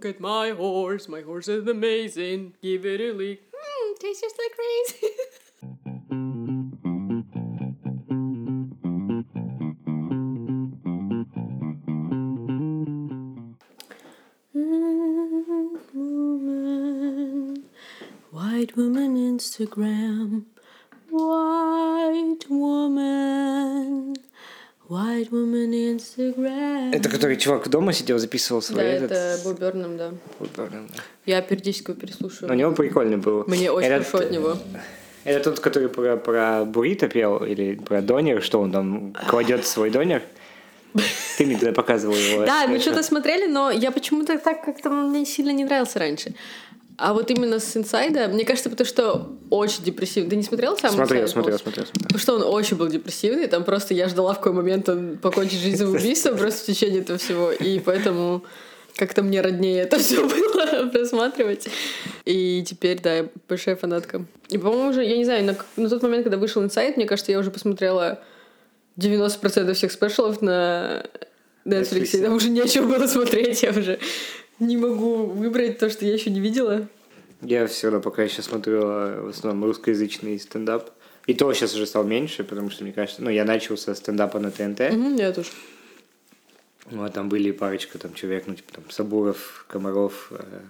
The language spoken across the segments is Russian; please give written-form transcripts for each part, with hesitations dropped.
Look at my horse is amazing. Give it a lick. Tastes just like crazy. White woman Instagram. White woman Instagram. Это который чувак дома сидел, записывал свой да, это Боб Бёрнам, да. Я периодически его переслушиваю. У него прикольный был. Мне очень хорошо от него. Это тот, который про буррито пел, или про донер, что он там кладет свой донер? Ты мне тогда показывал его. Да, мы что-то смотрели, но я почему-то так как-то мне сильно не нравился раньше. А вот именно с «Инсайда», мне кажется, потому что очень депрессивный. Ты не смотрел сам «Инсайд»? Смотрел. Потому что он очень был депрессивный. Там просто я ждала, в какой момент он покончит жизнь самоубийством просто в течение этого всего. И поэтому как-то мне роднее это все было просматривать. И теперь, да, я большая фанатка. И, по-моему, уже, я не знаю, на тот момент, когда вышел «Инсайд», мне кажется, я уже посмотрела 90% всех спешалов на Netflix. И там уже нечего было смотреть, я уже... Не могу выбрать то, что я еще не видела. Я все равно пока еще смотрю в основном русскоязычный стендап. И то сейчас уже стал меньше, потому что, мне кажется, я начал со стендапа на ТНТ. Я тоже. Вот там были парочка там человек, типа там Сабуров, Комаров,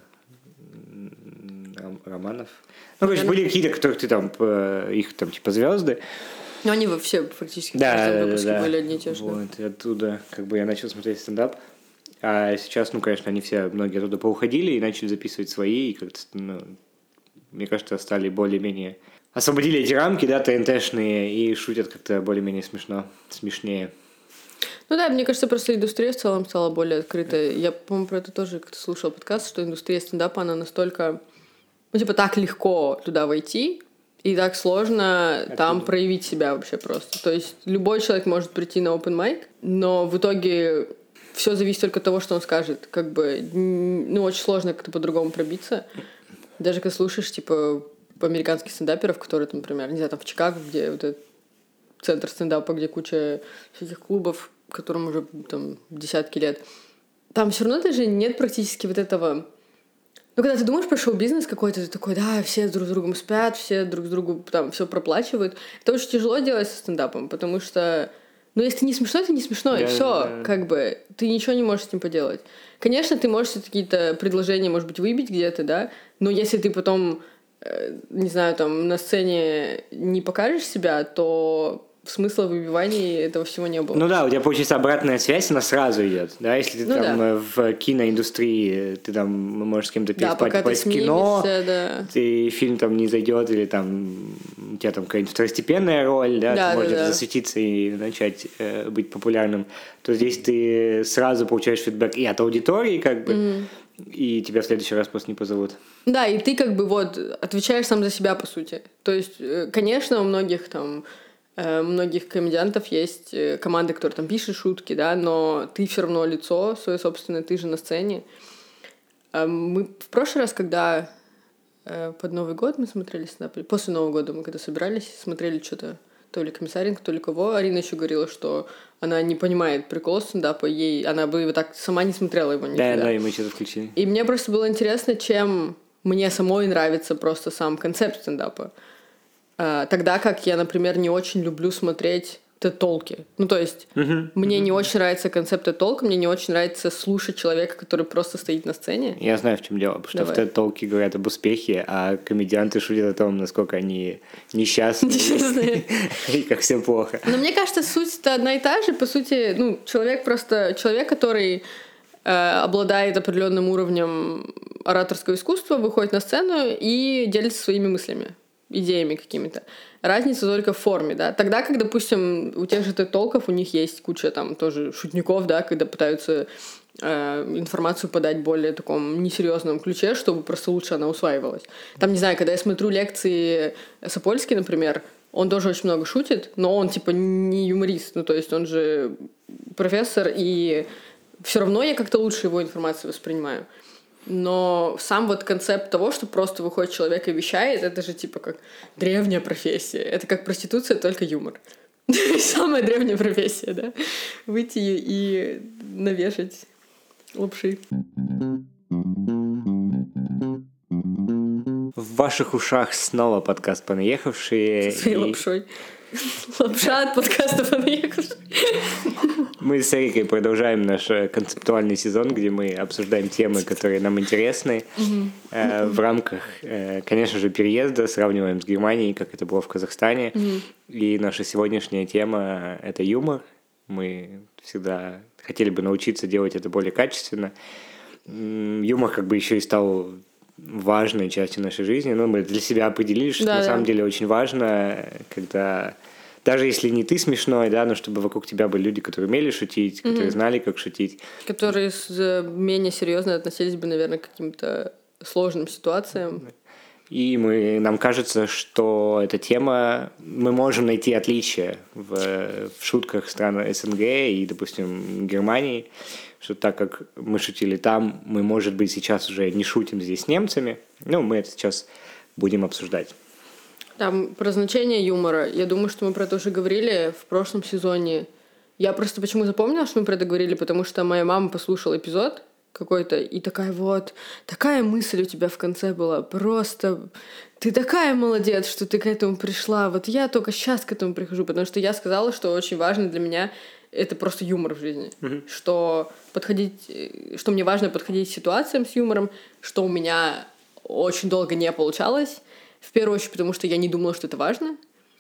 Романов. Короче, были какие-то, которых ты там, их там типа звезды. Но они все фактически в каждом выпуске были одни и те же. Вот, и оттуда я начал смотреть стендап. А сейчас, конечно, они все, многие оттуда поуходили и начали записывать свои, и как-то, мне кажется, стали более-менее... Освободили эти рамки, да, ТНТшные, и шутят как-то более-менее смешнее. Ну да, мне кажется, просто индустрия в целом стала более открытой. Я, по-моему, про это тоже как-то слушала подкаст, что индустрия стендапа, она настолько... так легко туда войти, и так сложно там проявить себя вообще просто. То есть любой человек может прийти на open mic, но в итоге... Все зависит только от того, что он скажет. Очень сложно как-то по-другому пробиться. Даже когда слушаешь, типа, американских стендаперов, которые, там, например, не знаю, там в Чикаго, где вот этот центр стендапа, где куча всяких клубов, которым уже там десятки лет. Там все равно даже нет практически вот этого... когда ты думаешь про шоу-бизнес какой-то, ты такой, да, все друг с другом спят, все друг с другом там все проплачивают. Это очень тяжело делать со стендапом, потому что... если не смешно, это не смешно, и все, ты ничего не можешь с этим поделать. Конечно, ты можешь какие-то предложения, может быть, выбить где-то, да, но если ты потом, не знаю, там, на сцене не покажешь себя, то смысла выбивания этого всего не было. У тебя получится обратная связь, она сразу идет, да, если ты в киноиндустрии, ты там можешь с кем-то переспать, попасть в кино, и фильм там не зайдет, или там у тебя там какая-нибудь второстепенная роль, да, ты можешь засветиться и начать быть популярным, то здесь ты сразу получаешь фидбэк и от аудитории, и тебя в следующий раз просто не позовут. Да, и ты отвечаешь сам за себя, по сути. То есть, конечно, у многих комедиантов есть команды, которые там пишут шутки, да, но ты все равно лицо свое собственное, ты же на сцене. Мы в прошлый раз, когда под Новый год мы смотрели стендап, после Нового года мы когда собирались, смотрели что-то, то ли Комиссаренко, то ли кого, Арина еще говорила, что она не понимает прикол стендапа, она бы так сама не смотрела его никогда. Да, и мы что-то включили. И мне просто было интересно, чем мне самой нравится просто сам концепт стендапа. Тогда как я, например, не очень люблю смотреть TED-толки. Мне не очень нравится концепт TED-толка, мне не очень нравится слушать человека, который просто стоит на сцене. Я знаю, в чем дело, потому что в TED-толке говорят об успехе, а комедианты шутят о том, насколько они несчастны и как все плохо. Но мне кажется, суть-то одна и та же. По сути, человек, который обладает определенным уровнем ораторского искусства, выходит на сцену и делится своими мыслями, идеями какими-то. Разница только в форме, да. Тогда, как, допустим, у тех же TED-толков у них есть куча там тоже шутников, да, когда пытаются информацию подать в более таком несерьезном ключе, чтобы просто лучше она усваивалась. Там, не знаю, когда я смотрю лекции Сапольский, например, он тоже очень много шутит, но он типа не юморист, то есть он же профессор, и все равно я как-то лучше его информацию воспринимаю. Но сам концепт того, что просто выходит человек и вещает, это же типа как древняя профессия. Это как проституция, только юмор. Самая древняя профессия, да? Выйти и навешать лапши. В ваших ушах снова подкаст «Понаехавшие». Со своей лапшой. Лапша от подкаста «Понаехавшие». Мы с Эрикой продолжаем наш концептуальный сезон, где мы обсуждаем темы, которые нам интересны. В рамках, конечно же, переезда сравниваем с Германией, как это было в Казахстане. И наша сегодняшняя тема — это юмор. Мы всегда хотели бы научиться делать это более качественно. Юмор как бы еще и стал важной частью нашей жизни. Но мы для себя определили, что на самом деле очень важно, когда... Даже если не ты смешной, да, но чтобы вокруг тебя были люди, которые умели шутить, которые знали, как шутить. Которые менее серьезно относились бы, наверное, к каким-то сложным ситуациям. И нам кажется, что эта тема... Мы можем найти отличия в шутках стран СНГ и, допустим, Германии, что так как мы шутили там, мы, может быть, сейчас уже не шутим здесь с немцами. Ну, мы это сейчас будем обсуждать. Там про значение юмора. Я думаю, что мы про это уже говорили в прошлом сезоне. Я просто почему запомнила, что мы про это говорили, потому что моя мама послушала эпизод какой-то, и такая мысль у тебя в конце была. Просто ты такая молодец, что ты к этому пришла. Вот я только сейчас к этому прихожу, потому что я сказала, что очень важно для меня это просто юмор в жизни. Что мне важно подходить к ситуациям с юмором, что у меня очень долго не получалось. В первую очередь, потому что я не думала, что это важно.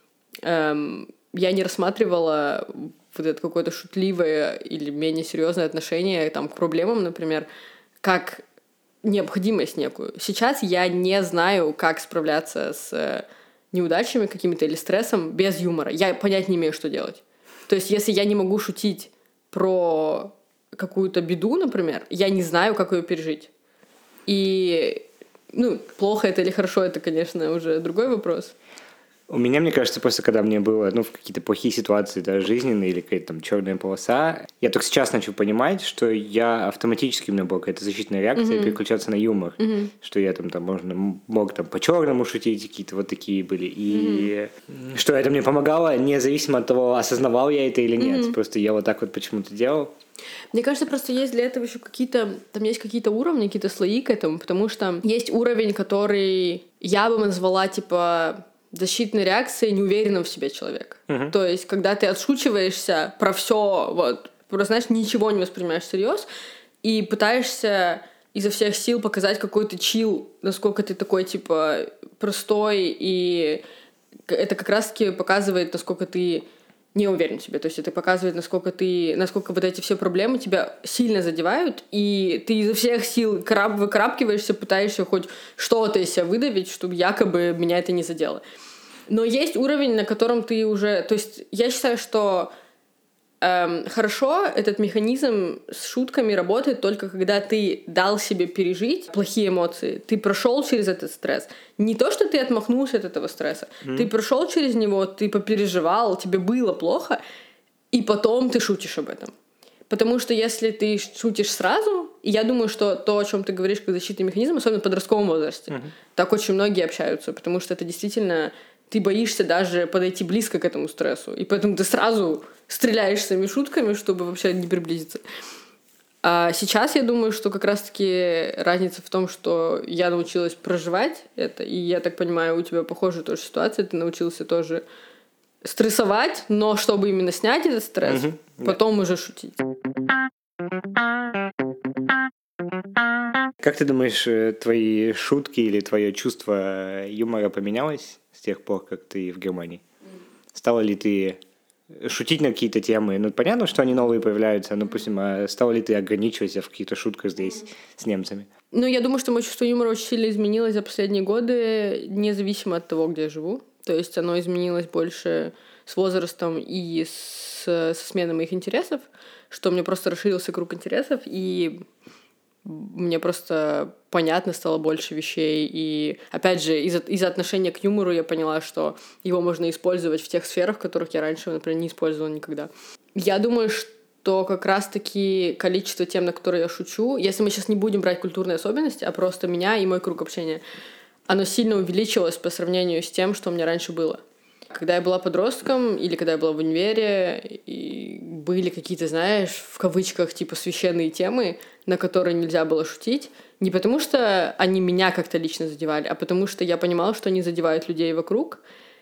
Я не рассматривала вот это какое-то шутливое или менее серьезное отношение там, к проблемам, например, как необходимость некую. Сейчас я не знаю, как справляться с неудачами какими-то или стрессом без юмора. Я понять не имею, что делать. То есть, если я не могу шутить про какую-то беду, например, я не знаю, как ее пережить. И... плохо это или хорошо, это, конечно, уже другой вопрос. У меня, мне кажется, просто когда мне было, в какие-то плохие ситуации, да, жизненные или какая-то там черная полоса, я только сейчас начал понимать, что я автоматически, у меня была какая-то защитная реакция переключаться на юмор, что я мог по-черному шутить, какие-то вот такие были, и что это мне помогало, независимо от того, осознавал я это или нет, просто я вот так вот почему-то делал. Мне кажется, просто есть для этого еще есть какие-то уровни, какие-то слои к этому, потому что есть уровень, который я бы назвала, защитной реакцией неуверенного в себе человека. То есть, когда ты отшучиваешься про все, ничего не воспринимаешь всерьез и пытаешься изо всех сил показать какой то чил, насколько ты такой, простой, и это как раз-таки показывает, насколько ты не уверен в себе. То есть это показывает, насколько вот эти все проблемы тебя сильно задевают, и ты изо всех сил выкарабкиваешься, пытаешься хоть что-то из себя выдавить, чтобы якобы меня это не задело. Но есть уровень, на котором ты уже... То есть я считаю, что хорошо этот механизм с шутками работает только когда ты дал себе пережить плохие эмоции, ты прошел через этот стресс. Не то, что ты отмахнулся от этого стресса, ты прошел через него, ты попереживал, тебе было плохо, и потом ты шутишь об этом. Потому что если ты шутишь сразу, и я думаю, что то, о чем ты говоришь, как защитный механизм, особенно в подростковом возрасте, так очень многие общаются, потому что это действительно... Ты боишься даже подойти близко к этому стрессу, и поэтому ты сразу стреляешь своими шутками, чтобы вообще не приблизиться. А сейчас я думаю, что как раз-таки разница в том, что я научилась проживать это, и я так понимаю, у тебя похожая тоже ситуация, ты научился тоже стрессовать, но чтобы именно снять этот стресс, потом уже шутить. Как ты думаешь, твои шутки или твое чувство юмора поменялось с тех пор, как ты в Германии? Стала ли ты шутить на какие-то темы? Понятно, что они новые появляются, но, допустим, стала ли ты ограничиваться в каких-то шутках здесь с немцами? Я думаю, что мое чувство юмора очень сильно изменилось за последние годы, независимо от того, где я живу. То есть оно изменилось больше с возрастом и со сменой моих интересов, что у меня просто расширился круг интересов, и мне просто понятно стало больше вещей. И, опять же, из-за отношения к юмору я поняла, что его можно использовать в тех сферах, в которых я раньше, например, не использовала никогда. Я думаю, что как раз-таки количество тем, на которые я шучу, если мы сейчас не будем брать культурные особенности, а просто меня и мой круг общения, оно сильно увеличилось по сравнению с тем, что у меня раньше было. Когда я была подростком или когда я была в универе, и были какие-то, знаешь, в кавычках, типа священные темы, на которые нельзя было шутить, не потому что они меня как-то лично задевали, а потому что я понимала, что они задевают людей вокруг.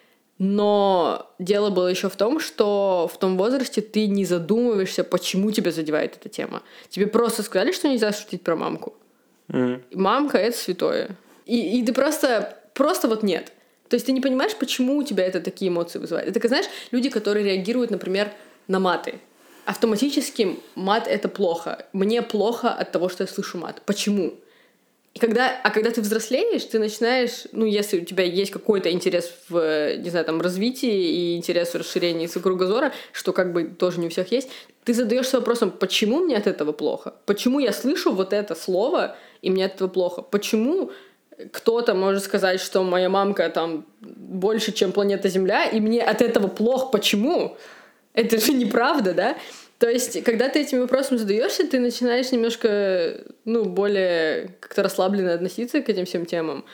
Но дело было еще в том, что в том возрасте ты не задумываешься, почему тебя задевает эта тема. Тебе просто сказали, что нельзя шутить про мамку. Мамка — это святое. И ты просто вот нет. То есть ты не понимаешь, почему у тебя это такие эмоции вызывает. Это, как, знаешь, люди, которые реагируют, например, на маты. Автоматически мат — это плохо. Мне плохо от того, что я слышу мат. Почему? Когда ты взрослеешь, ты начинаешь, если у тебя есть какой-то интерес в, не знаю, там, развитии и интерес в расширении кругозора, что как бы тоже не у всех есть, ты задаешься вопросом, почему мне от этого плохо? Почему я слышу вот это слово, и мне от этого плохо? Почему кто-то может сказать, что моя мамка там больше, чем планета Земля, и мне от этого плохо? Почему? Это же неправда, да? То есть, когда ты этим вопросом задаешься, ты начинаешь немножко, более как-то расслабленно относиться к этим всем темам.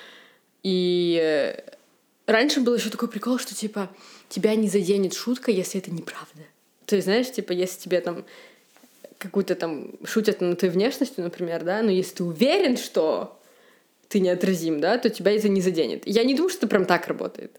И раньше был еще такой прикол, что, типа, тебя не заденет шутка, если это неправда. То есть, знаешь, типа, если тебе там какую-то там шутят над твоей внешностью, например, да, но если ты уверен, что ты неотразим, да, то тебя это не заденет. Я не думаю, что это прям так работает.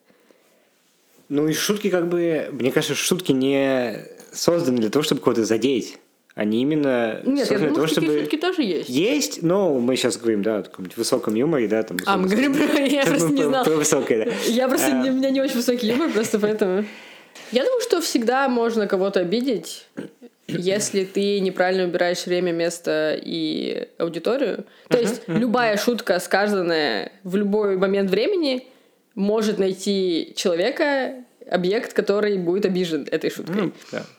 И шутки мне кажется, шутки не созданы для того, чтобы кого-то задеть. Они именно созданы для того, чтобы... Нет, шутки тоже есть. Есть, но мы сейчас говорим, да, о каком-нибудь высоком юморе, да, там... мы говорим про... Я просто не знала. Про высокое, да. Я просто... У меня не очень высокий юмор, просто поэтому... Я думаю, что всегда можно кого-то обидеть, если ты неправильно убираешь время, место и аудиторию. То есть любая шутка, сказанная в любой момент времени, может найти человека, объект, который будет обижен этой шуткой.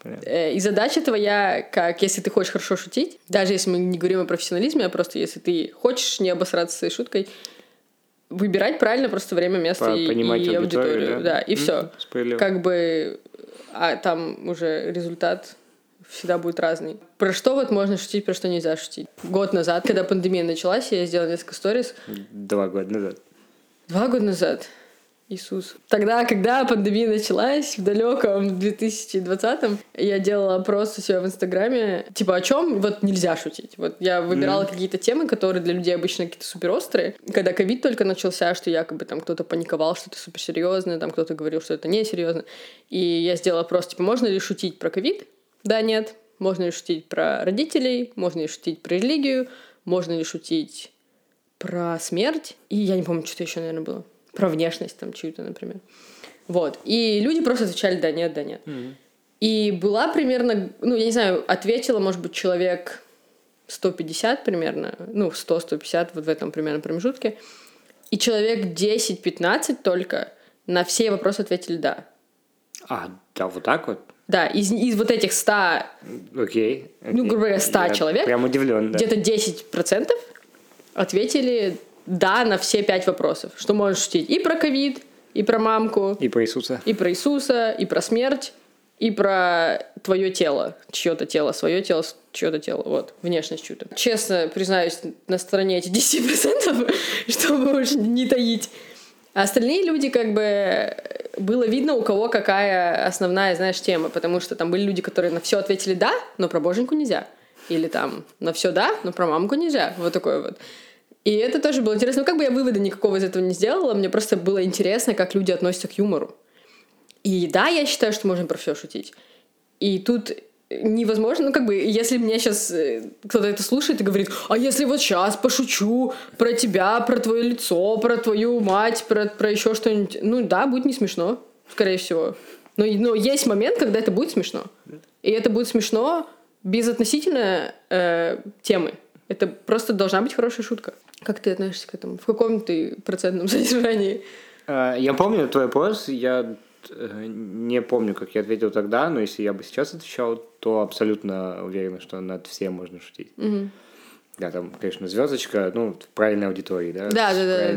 И задача твоя, если ты хочешь хорошо шутить, даже если мы не говорим о профессионализме, а просто если ты хочешь не обосраться своей шуткой, выбирать правильно просто время, место и аудиторию. Да, и все. Как бы, а там уже результат всегда будет разный. Про что вот можно шутить, про что нельзя шутить? Год назад, когда пандемия началась, я сделала несколько сториз. 2 года назад. 2 года назад? Иисус. Тогда, когда пандемия началась, в далеком 2020-м, я делала опрос у себя в Инстаграме, типа, о чем вот нельзя шутить. Вот я выбирала какие-то темы, которые для людей обычно какие-то суперострые. Когда ковид только начался, что якобы там кто-то паниковал, что это суперсерьезно, там кто-то говорил, что это несерьезно. И я сделала опрос, типа, можно ли шутить про ковид? Да, нет. Можно ли шутить про родителей? Можно ли шутить про религию? Можно ли шутить про смерть? И я не помню, что еще, наверное, было. Про внешность там чью-то, например. Вот. И люди просто отвечали «да, нет, да, нет». И была примерно, я не знаю, ответила, может быть, человек 150 примерно, 100-150 вот в этом примерно промежутке. И человек 10-15 только на все вопросы ответили «да». Да, вот так вот? Да, из вот этих 100... Окей. грубо говоря, 100 человек. Прям удивлен, да. Где-то 10% ответили «да» на все 5 вопросов. Что можешь шутить и про ковид, и про мамку. И про Иисуса. И про Иисуса, и про смерть, и про твое тело. Чье-то тело, свое тело, чье-то тело. Вот, внешность чью-то. Честно признаюсь, на стороне этих 10%, чтобы уж не таить. А остальные люди, как бы, было видно, у кого какая основная, знаешь, тема. Потому что там были люди, которые на все ответили «да», но про боженьку нельзя. Или там на все «да», но про мамку нельзя. Вот такой вот. И это тоже было интересно. Как бы я вывода никакого из этого не сделала, мне просто было интересно, как люди относятся к юмору. И да, я считаю, что можно про все шутить. И тут невозможно, если меня сейчас кто-то это слушает и говорит, а если вот сейчас пошучу про тебя, про твое лицо, про твою мать, про еще что-нибудь, да, будет не смешно, скорее всего. Но есть момент, когда это будет смешно. И это будет смешно безотносительно темы. Это просто должна быть хорошая шутка. Как ты относишься к этому? В каком ты процентном содержании? Я помню твой вопрос. Я не помню, как я ответил тогда, но если я бы сейчас отвечал, то абсолютно уверен, что над всем можно шутить. Да, там, конечно, звездочка, в правильной аудитории, да? Да.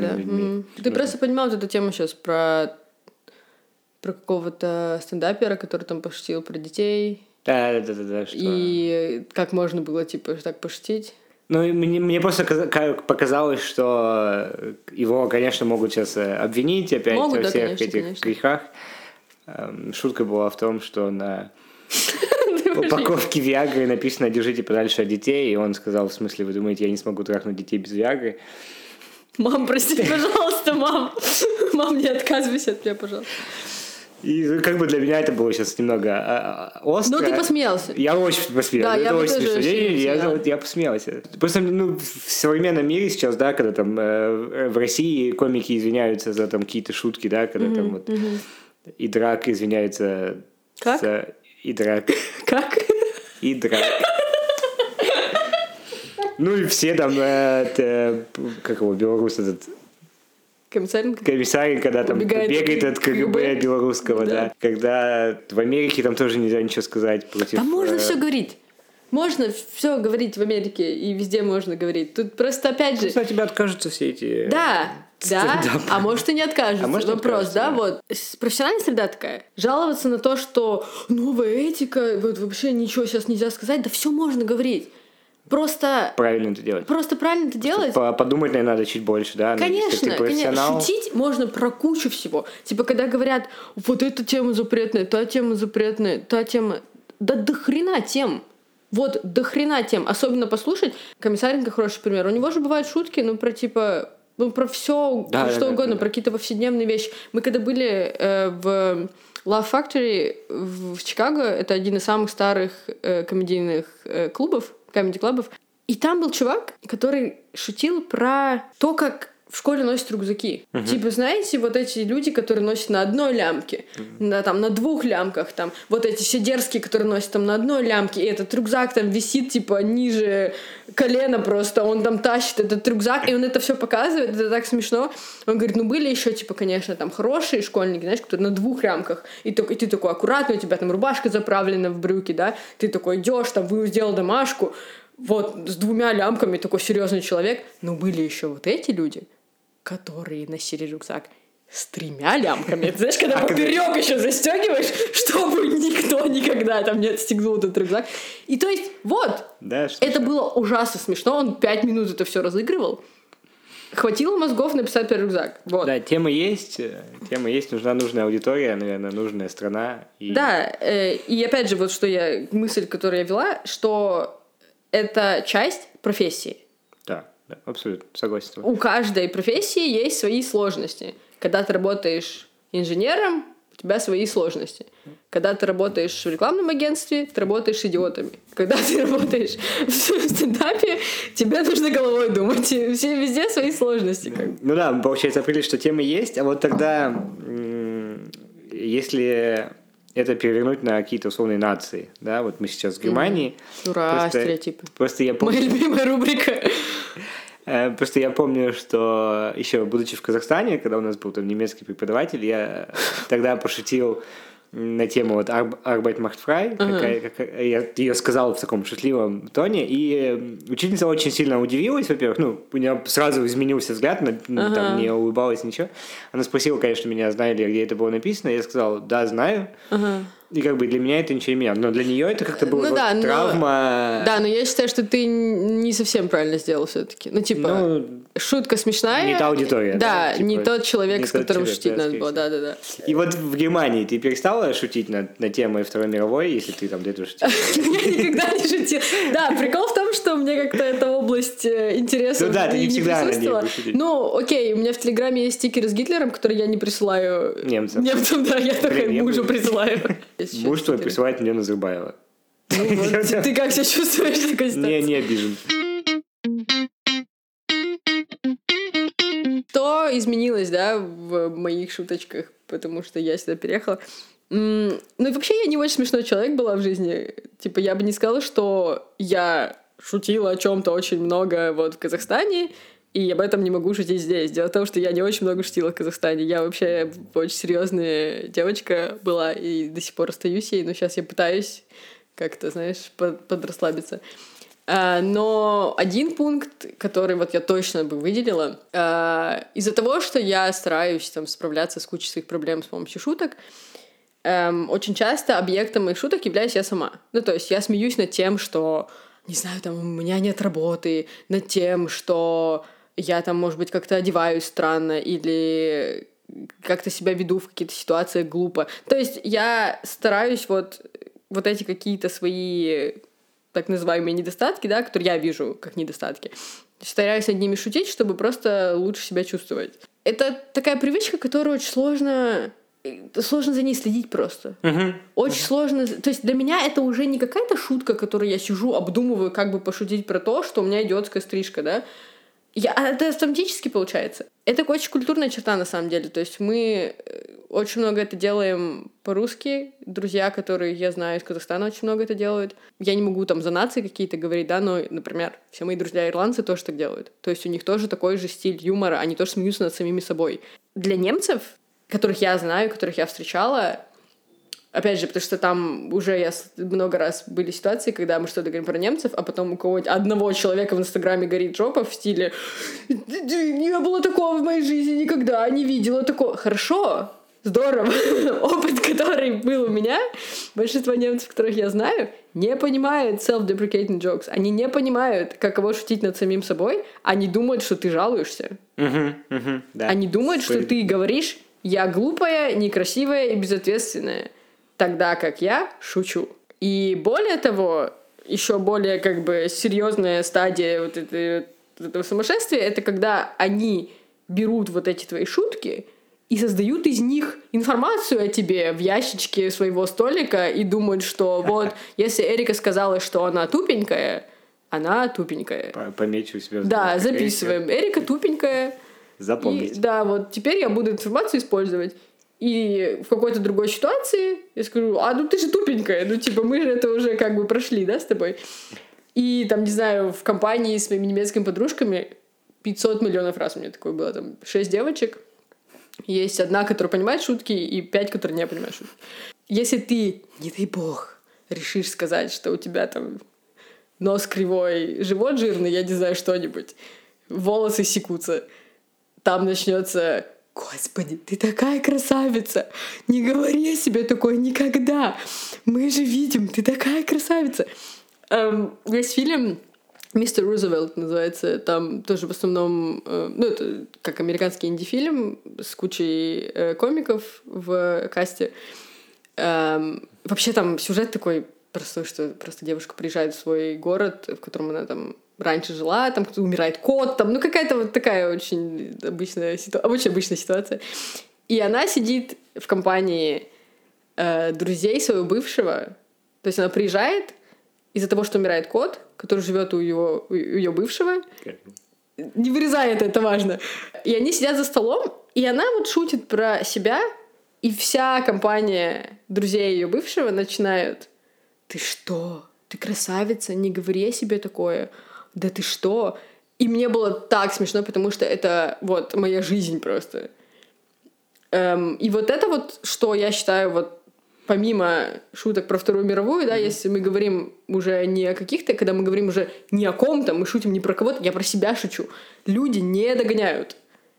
Ты просто понимал вот эту тему сейчас про какого-то стендапера, который там пошутил про детей. Да. Что... И как можно было, типа, так пошутить? Мне просто показалось, что его, конечно, могут сейчас обвинить опять во всех этих грехах. шутка была в том, что на упаковке Виагры написано «Держите подальше от детей», и он сказал, в смысле, вы думаете, я не смогу трахнуть детей без Виагры? Мам, прости, пожалуйста, мам. Мам, не отказывайся от меня, пожалуйста. И как бы для меня это было сейчас немного остро. Ну, ты посмеялся. Я очень посмеялся. Да, это очень смешно. Я посмеялся. Просто в современном мире сейчас, да, когда там в России комики извиняются за там какие-то шутки, да, когда там вот и драк извиняется. Как? И драк. Как? И драк. Ну и все там, как его, белорус этот... Комиссаренко, когда там бегает от КГБ белорусского, да. Когда в Америке там тоже нельзя ничего сказать против... Там можно все говорить. Можно все говорить в Америке, и везде можно говорить. Тут просто опять же... Просто от тебя откажутся все эти... Да, а может и не откажутся. Вопрос, да, вот. Профессиональная среда такая. Жаловаться на то, что новая этика, вот вообще ничего сейчас нельзя сказать, да все можно говорить. Просто правильно это делать. Просто правильно это делать. Подумать, наверное, надо чуть больше, да? Конечно, конечно. Шутить можно про кучу всего. Типа, когда говорят, вот эта тема запретная, та тема запретная, та тема... Да до хрена тем. Вот до хрена тем. Особенно послушать. Комиссаренко хороший пример. У него же бывают шутки, ну, про типа... Ну, про все, да, что угодно, про какие-то повседневные вещи. Мы когда были в Love Factory в Чикаго, это один из самых старых комедийных клубов, комеди-клубов, и там был чувак, который шутил про то, как в школе носят рюкзаки. Типа, знаете, вот эти люди, которые носят на одной лямке, на 2 лямках, там, вот эти все дерзкие, которые носят там на одной лямке, и этот рюкзак там висит, типа, ниже колена просто, он там тащит этот рюкзак, и он это все показывает, это так смешно. Он говорит, ну, были еще, типа, конечно, там, хорошие школьники, знаешь, которые на 2 лямках, и ты такой аккуратный, у тебя там рубашка заправлена в брюки, да, ты такой идешь, там, сделал домашку, вот, с 2 лямками, такой серьезный человек, но были еще вот эти люди, которые носили рюкзак с 3 лямками. Ты знаешь, когда поперек еще застегиваешь, чтобы никто никогда там не отстегнул этот рюкзак. И то есть, вот, да, это было ужасно смешно. Он 5 минут это все разыгрывал. Хватило мозгов написать про рюкзак. Вот. Да, тема есть, нужна нужная аудитория, наверное, нужная страна. Да, и опять же, вот что мысль, которую я вела, что это часть профессии. Да, абсолютно, согласен. У каждой профессии есть свои сложности. Когда ты работаешь инженером, у тебя свои сложности. Когда ты работаешь в рекламном агентстве, ты работаешь с идиотами. Когда ты работаешь в стендапе, тебе нужно головой думать. Все везде свои сложности. Ну да, мы, получается, определили, что темы есть, а вот тогда, если это перевернуть на какие-то условные нации, да, вот мы сейчас в Германии. Ура, стереотипы. Просто я помню... Моя любимая рубрика. Просто я помню, что еще будучи в Казахстане, когда у нас был там немецкий преподаватель, я тогда пошутил на тему вот Arbeit macht frei, я ее сказал в таком шутливом тоне, и учительница очень сильно удивилась, во-первых, у нее сразу изменился взгляд, она там не улыбалась, ничего. Она спросила, конечно, меня, знаю ли, где это было написано, я сказал, да, знаю. И как бы для меня это ничего не меняло. Но для нее это как-то была травма. Да, но я считаю, что ты не совсем правильно сделал все-таки. Шутка смешная. Не та аудитория. Да, не тот человек, с которым шутить надо было. Да. И вот в Германии ты перестала шутить на темы Второй мировой, если ты там где-то шутила? Я никогда не шутила. Да, прикол в том, что мне как-то эта область интереса да, ты не всегда на ней будешь шутить. Окей, у меня в Телеграме есть стикеры с Гитлером, которые я не присылаю немцам, да, я только мужу присылаю. Муж твой присылает мне Назарбаева. Ты как себя чувствуешь в такой ситуации? Не обижен. Что изменилось, да, в моих шуточках, потому что я сюда переехала? Ну и вообще я не очень смешной человек была в жизни. Типа я бы не сказала, что я шутила о чем-то очень много вот в Казахстане, и об этом не могу шутить здесь. Дело в том, что я не очень много шутила в Казахстане. Я вообще очень серьезная девочка была, и до сих пор остаюсь ей, но сейчас я пытаюсь как-то, знаешь, подрасслабиться. Но один пункт, который вот я точно бы выделила, из-за того, что я стараюсь там справляться с кучей своих проблем с помощью шуток, очень часто объектом моих шуток являюсь я сама. Ну, то есть я смеюсь над тем, что, не знаю, там, у меня нет работы, над тем, что я там, может быть, как-то одеваюсь странно, или как-то себя веду в каких-то ситуациях глупо. То есть я стараюсь вот эти какие-то свои так называемые недостатки, да, которые я вижу как недостатки, стараюсь над ними шутить, чтобы просто лучше себя чувствовать. Это такая привычка, которую очень сложно за ней следить просто. Очень сложно. То есть для меня это уже не какая-то шутка, которую я сижу, обдумываю, как бы пошутить про то, что у меня идиотская стрижка, да. Это автоматически получается. Это очень культурная черта, на самом деле. То есть мы очень много это делаем по-русски. Друзья, которые я знаю из Казахстана, очень много это делают. Я не могу там за нации какие-то говорить, да, но, например, все мои друзья-ирландцы тоже так делают. То есть у них тоже такой же стиль юмора, они тоже смеются над самими собой. Для немцев, которых я знаю, которых я встречала, опять же, потому что там уже много раз были ситуации, когда мы что-то говорим про немцев, а потом у кого-нибудь одного человека в Инстаграме горит жопа в стиле «Не было такого в моей жизни никогда, не видела такого». Хорошо, здорово. Опыт, который был у меня, большинство немцев, которых я знаю, не понимают self-deprecating jokes. Они не понимают, каково шутить над самим собой. Они думают, что ты жалуешься. Да. Они думают, что ты говоришь «я глупая, некрасивая и безответственная», тогда как я шучу. И более того, еще более как бы серьезная стадия вот этого сумасшествия, это когда они берут вот эти твои шутки и создают из них информацию о тебе в ящичке своего столика и думают, что вот, если Эрика сказала, что она тупенькая, она тупенькая. Помечу себя. Да, записываем. Эрика тупенькая. Запомнить. Да, вот теперь я буду информацию использовать. И в какой-то другой ситуации я скажу, ну ты же тупенькая, ну типа мы же это уже как бы прошли, да, с тобой. И там, не знаю, в компании с моими немецкими подружками 500 миллионов раз у меня такое было, там 6 девочек. Есть одна, которая понимает шутки, и 5, которые не понимают шутки. Если ты, не дай бог, решишь сказать, что у тебя там нос кривой, живот жирный, я не знаю, что-нибудь, волосы секутся, там начнется: «Господи, ты такая красавица! Не говори о себе такое никогда! Мы же видим, ты такая красавица!» Есть фильм «Мистер Рузвельт» называется. Там тоже в основном... это как американский инди-фильм с кучей комиков в касте. Вообще там сюжет такой простой, что просто девушка приезжает в свой город, в котором она там раньше жила, там умирает кот, там, какая-то вот такая очень обычная ситуация. И она сидит в компании друзей своего бывшего. То есть она приезжает из-за того, что умирает кот, который живет у ее бывшего. Не вырезай это важно. И они сидят за столом, и она вот шутит про себя, и вся компания друзей ее бывшего начинают: «Ты что? Ты красавица, не говори о себе такое. Да ты что?» И мне было так смешно, потому что это вот моя жизнь просто. И вот это вот, что я считаю, вот помимо шуток про Вторую мировую, да, если мы говорим уже не о каких-то, когда мы говорим уже не о ком-то, мы шутим не про кого-то, я про себя шучу. Люди не догоняют.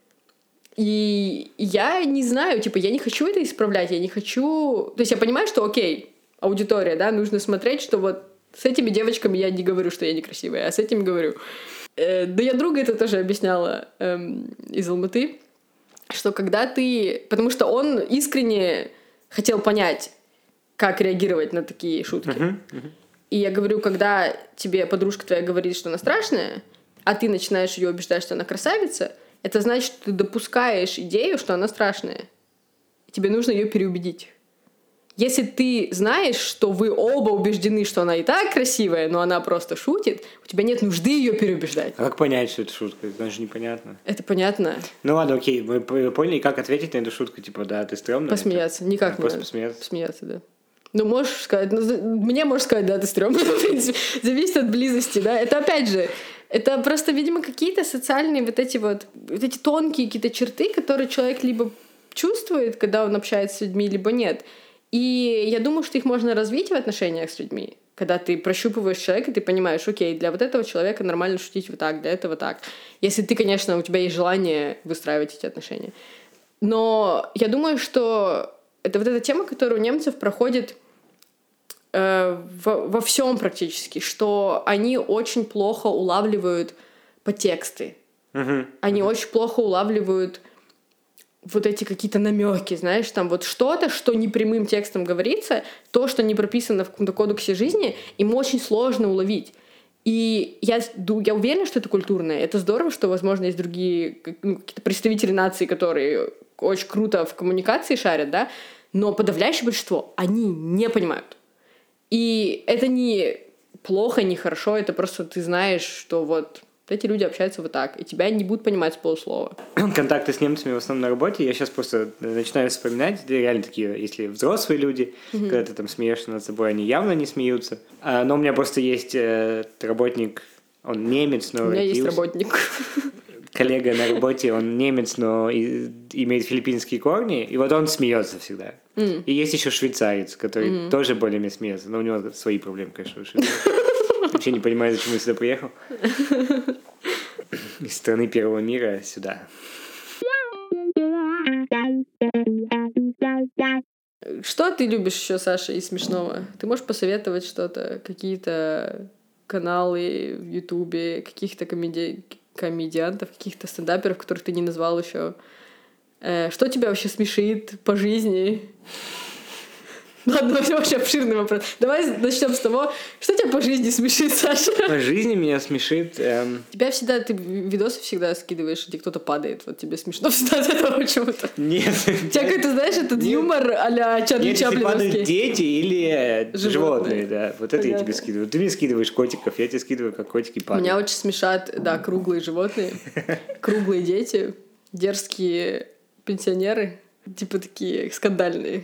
И я не знаю, типа, я не хочу это исправлять, я не хочу... То есть я понимаю, что окей, аудитория, да, нужно смотреть, что вот с этими девочками я не говорю, что я некрасивая, а с этими говорю. Да я другу это тоже объясняла из Алматы, что когда ты... Потому что он искренне хотел понять, как реагировать на такие шутки. И я говорю, когда тебе подружка твоя говорит, что она страшная, а ты начинаешь ее убеждать, что она красавица, это значит, что ты допускаешь идею, что она страшная. Тебе нужно ее переубедить. Если ты знаешь, что вы оба убеждены, что она и так красивая, но она просто шутит, у тебя нет нужды ее переубеждать. А как понять, что это шутка? Это же непонятно. Это понятно. Ну ладно, окей, мы поняли, как ответить на эту шутку, типа, да, ты стрёмная. Посмеяться, это... никак не просто надо. Посмеяться. Посмеяться, да. Ну, можешь сказать, мне можешь сказать, да, ты стрёмная, в принципе, зависит от близости, да. Это опять же, это просто, видимо, какие-то социальные вот эти тонкие какие-то черты, которые человек либо чувствует, когда он общается с людьми, либо нет. И я думаю, что их можно развить в отношениях с людьми. Когда ты прощупываешь человека, ты понимаешь, окей, для вот этого человека нормально шутить вот так, для этого так. Если ты, конечно, у тебя есть желание выстраивать эти отношения. Но я думаю, что это вот эта тема, которая у немцев проходит во всем практически, что они очень плохо улавливают подтексты. Они очень плохо улавливают вот эти какие-то намеки, знаешь, там вот что-то, что не прямым текстом говорится, то, что не прописано в каком-то кодексе жизни, им очень сложно уловить. И я уверена, что это культурное. Это здорово, что, возможно, есть другие какие-то представители нации, которые очень круто в коммуникации шарят, да, но подавляющее большинство, они не понимают. И это не плохо, не хорошо, это просто ты знаешь, что вот эти люди общаются вот так, и тебя не будут понимать с полуслова. Контакты с немцами в основном на работе. Я сейчас просто начинаю вспоминать, реально такие, если взрослые люди, когда ты там смеешься над собой, они явно не смеются. Но у меня просто есть работник, он немец, но у меня есть работник. Коллега на работе, он немец, но имеет филиппинские корни, и вот он смеется всегда. И есть еще швейцарец, который тоже более-менее смеется, но у него свои проблемы, конечно, в Швейцарии. Вообще не понимаю, зачем я сюда приехал. Из страны первого мира сюда. Что ты любишь еще, Саша, из смешного? Ты можешь посоветовать что-то? Какие-то каналы в Ютубе, каких-то комедиантов, каких-то стендаперов, которых ты не назвал еще? Что тебя вообще смешит по жизни? Ладно, это очень обширный вопрос. Давай начнем с того, что тебя по жизни смешит, Саша? По жизни меня смешит... Тебя всегда, ты видосы всегда скидываешь, где кто-то падает, вот тебе смешно всегда от этого почему-то. Нет. У тебя какой-то, знаешь, этот юмор а-ля Чарли Чаплиновский. Нет, если падают дети или животные, да. Вот это я тебе скидываю. Ты мне скидываешь котиков, я тебе скидываю, как котики падают. Меня очень смешат, да, круглые животные, круглые дети, дерзкие пенсионеры, типа такие скандальные.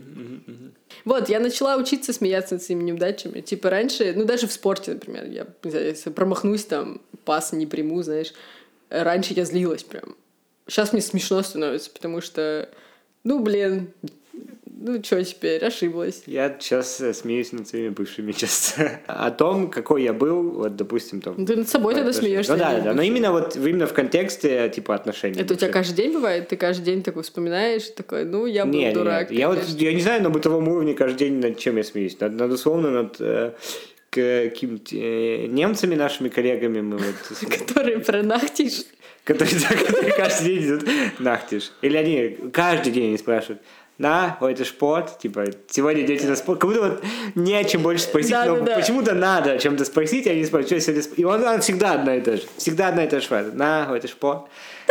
Вот, я начала учиться смеяться над своими неудачами. Типа раньше, ну даже в спорте, например, я, не знаю, если промахнусь, там, пас не приму, знаешь, раньше я злилась прям. Сейчас мне смешно становится, потому что, ну, блин, ну, что теперь, ошиблась. Я сейчас смеюсь над своими бывшими часто. О том, какой я был, вот, допустим, там... Ты над собой тогда смеешься. Ну да, но именно в контексте, типа, отношений. Это у тебя каждый день бывает? Ты каждый день такой вспоминаешь, такой, ну, я был дурак. Нет. Я не знаю, на бытовом уровне каждый день над чем я смеюсь. Над условно, над какими-то немцами, нашими коллегами. Мы вот... Которые пронахтишь. Которые каждый день идут нахтишь. Или они каждый день спрашивают: на, это спорт, типа, сегодня идете на спорт. Как будто вот не о чем больше спросить, но почему-то надо о чем-то спросить, а они спрашивают, что сегодня... И он всегда одна и та же. Всегда одна и та же фраза. На, это спорт.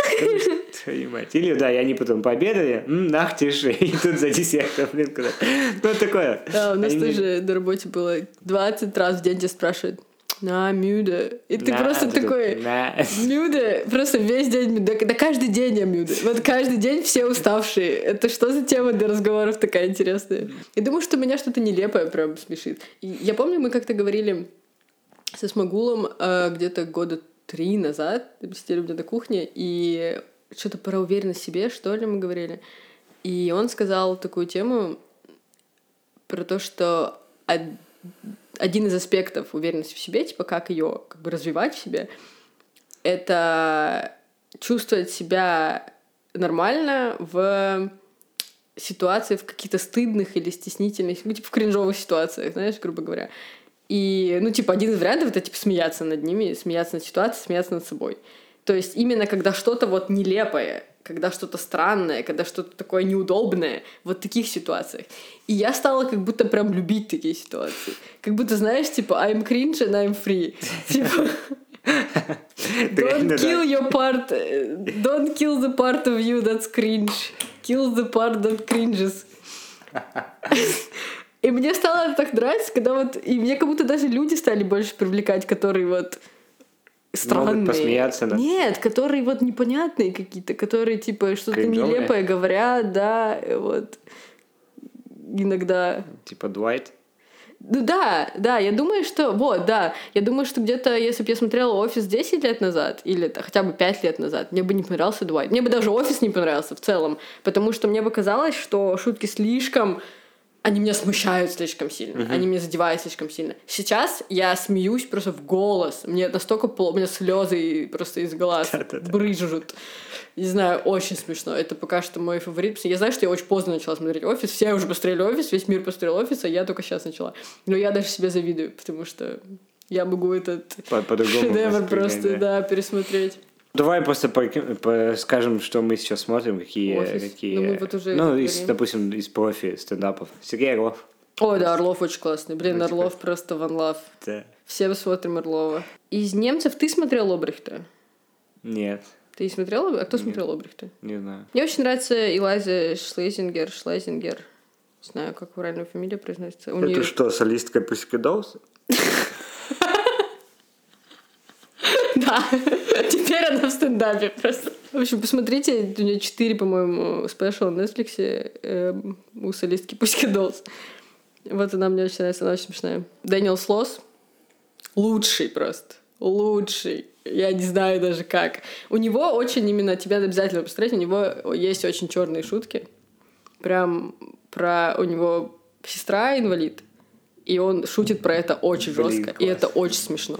Или, да, и они потом пообедали, нахтишь, и тут за десертом, блин, куда. Ну, такое. Да, у нас тоже на работе было 20 раз в день тебя спрашивают: на, мюде. И ты просто такой, мюде, просто весь день, да каждый день я мюде. Вот каждый день все уставшие. Это что за тема для разговоров такая интересная? Я думаю, что меня что-то нелепое прям смешит. И я помню, мы как-то говорили со Смогулом где-то года 3 назад, сидели у меня на кухне, и что-то про уверенность в себе, что ли, мы говорили. И он сказал такую тему про то, что один из аспектов уверенности в себе, типа как ее как бы развивать в себе, это чувствовать себя нормально в ситуациях, в каких-то стыдных или стеснительных, ну, типа в кринжовых ситуациях, знаешь, грубо говоря. И, ну, типа, один из вариантов — это, типа, смеяться над ними, смеяться над ситуацией, смеяться над собой. То есть именно когда что-то вот нелепое, когда что-то странное, когда что-то такое неудобное, вот в таких ситуациях. И я стала как будто прям любить такие ситуации. Как будто, знаешь, типа, I'm cringe and I'm free. Типа, don't kill the part of you that's cringe. Kill the part that cringes. И мне стало это так нравиться, когда вот... И мне как будто даже люди стали больше привлекать, которые вот странные. Могут посмеяться, да? Нет, которые вот непонятные какие-то, которые типа что-то нелепое говорят, да, вот. Иногда... Типа Дуайт? Ну да, я думаю, что... Вот, да. Я думаю, что где-то, если бы я смотрела «Офис» 10 лет назад, или хотя бы 5 лет назад, мне бы не понравился Дуайт. Мне бы даже «Офис» не понравился в целом, потому что мне бы казалось, что шутки слишком... Они меня смущают слишком сильно, они меня задевают слишком сильно. Сейчас я смеюсь просто в голос. Мне настолько... У меня слезы просто из глаз брызжут. Не знаю, очень смешно. Это пока что мой фаворит. Я знаю, что я очень поздно начала смотреть «Офис». Все уже посмотрели «Офис», весь мир посмотрел «Офис», а я только сейчас начала. Но я даже себе завидую, потому что я могу этот шедевр просто пересмотреть. Давай просто скажем, что мы сейчас смотрим, какие... Ну, мы вот уже допустим, из профи стендапов. Сергей Орлов. Ой, да, Орлов очень классный. Блин, Орлов просто one love. Да. Все смотрим Орлова. Из немцев ты смотрел Обрехта? Нет. Ты смотрел? А кто смотрел Обрехта? Не знаю. Мне очень нравится Элайза Шлезингер. Не знаю, как правильно фамилия произносится. Это что, солистка Pussycat Dolls? Да, теперь она в стендапе просто. В общем, посмотрите, у нее 4, по-моему, спешл на Netflix у солистки Pussycat Dolls. Вот она мне очень нравится, она очень смешная. Дэниел Слос лучший просто. Лучший. Я не знаю даже как. У него очень именно, тебя обязательно посмотреть, у него есть очень черные шутки. Прям про... У него сестра инвалид, и он шутит про это очень жестко, и это очень смешно.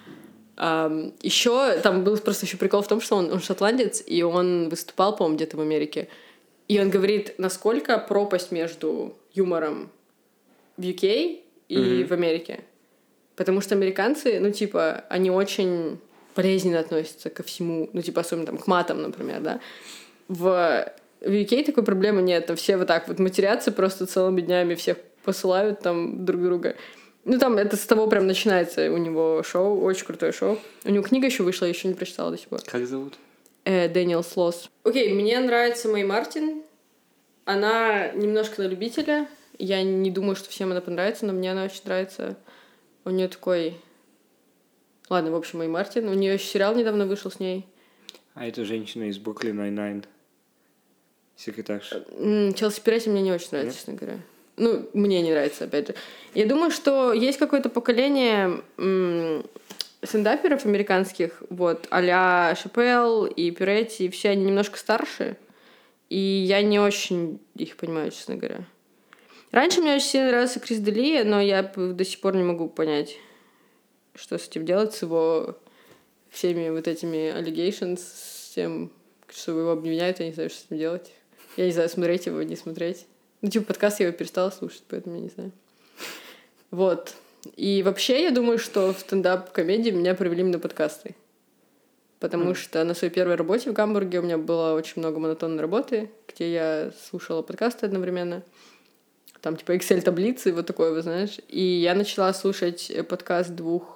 Еще там был просто еще прикол в том, что он шотландец, и он выступал, по-моему, где-то в Америке. И он говорит, насколько пропасть между юмором в UK и в Америке. Потому что американцы, ну, типа, они очень болезненно относятся ко всему, ну, типа, особенно там к матам, например, да. В UK такой проблемы нет, там все вот так вот матерятся просто целыми днями, всех посылают там друг друга. Ну, там это с того прям начинается у него шоу, очень крутое шоу. У него книга еще вышла, я еще не прочитала до сих пор. Как зовут? Дэниел Слос. Окей, мне нравится Мэй Мартин. Она немножко на любителя. Я не думаю, что всем она понравится, но мне она очень нравится. У нее такой... Ладно, в общем, Мэй Мартин. У нее еще сериал недавно вышел с ней. А это женщина из Бруклин Найн-Найн. Секретарша. Челси Перетти мне не очень нравится, честно говоря. Ну, мне не нравится, опять же. Я думаю, что есть какое-то поколение стендаперов американских, вот, а-ля Шапелл и Перетти, и все они немножко старше, и я не очень их понимаю, честно говоря. Раньше мне очень сильно нравился Крис D'Elia, но я до сих пор не могу понять, что с этим делать, с его всеми вот этими allegations, с тем, что его обвиняют, я не знаю, что с этим делать. Я не знаю, смотреть его, не смотреть. Ну, типа, подкаст я его перестала слушать, поэтому я не знаю. Вот. И вообще, я думаю, что в стендап-комедии меня привели именно подкасты. Потому что на своей первой работе в Гамбурге у меня было очень много монотонной работы, где я слушала подкасты одновременно. Там, типа, Excel-таблицы, вот такое, вы знаешь. И я начала слушать подкаст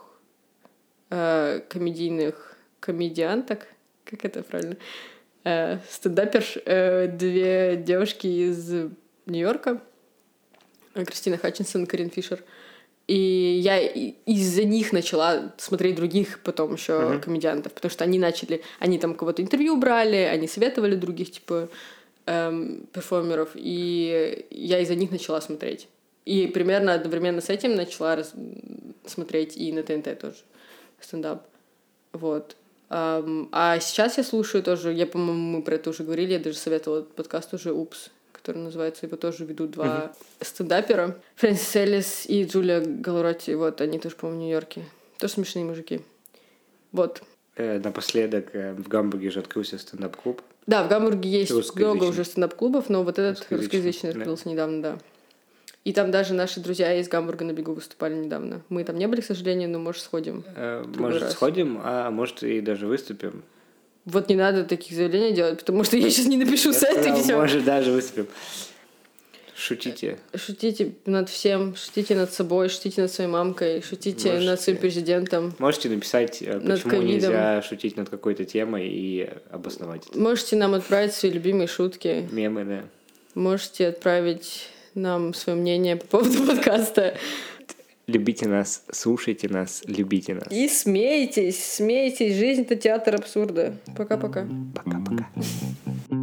2 комедийных комедианток. Как это правильно? Стендаперш. 2 девушки из Нью-Йорка. Кристина Хатчинсон, Карин Фишер. И я из-за них начала смотреть других потом еще комедиантов, потому что они там кого-то интервью брали, они советовали других, типа, перформеров, и я из-за них начала смотреть. И примерно одновременно с этим начала смотреть и на ТНТ тоже стендап. Вот. А сейчас я слушаю тоже, по-моему, мы про это уже говорили, я даже советовала подкаст уже «Упс», который называется, его тоже ведут 2 стендапера. Фрэнсис Эллис и Джулия Галоротти. Вот, они тоже, по-моему, в Нью-Йорке. Тоже смешные мужики. Вот. Напоследок, в Гамбурге же открылся стендап-клуб. Да, в Гамбурге есть много уже стендап-клубов, но вот этот русскоязычный открылся недавно, да. И там даже наши друзья из Гамбурга на бегу выступали недавно. Мы там не были, к сожалению, но, может, сходим. Может, сходим, а может, и даже выступим. Вот не надо таких заявлений делать, потому что я сейчас не напишу сайт, и все. Может, даже выступим. Шутите. Шутите над всем, шутите над собой, шутите над своей мамкой, шутите над своим президентом. Можете написать, почему нельзя шутить над какой-то темой и обосновать это. Можете нам отправить свои любимые шутки. Мемы, да. Можете отправить нам свое мнение по поводу подкаста. Любите нас, слушайте нас, любите нас. И смейтесь, смейтесь. Жизнь — это театр абсурда. Пока-пока. Пока-пока.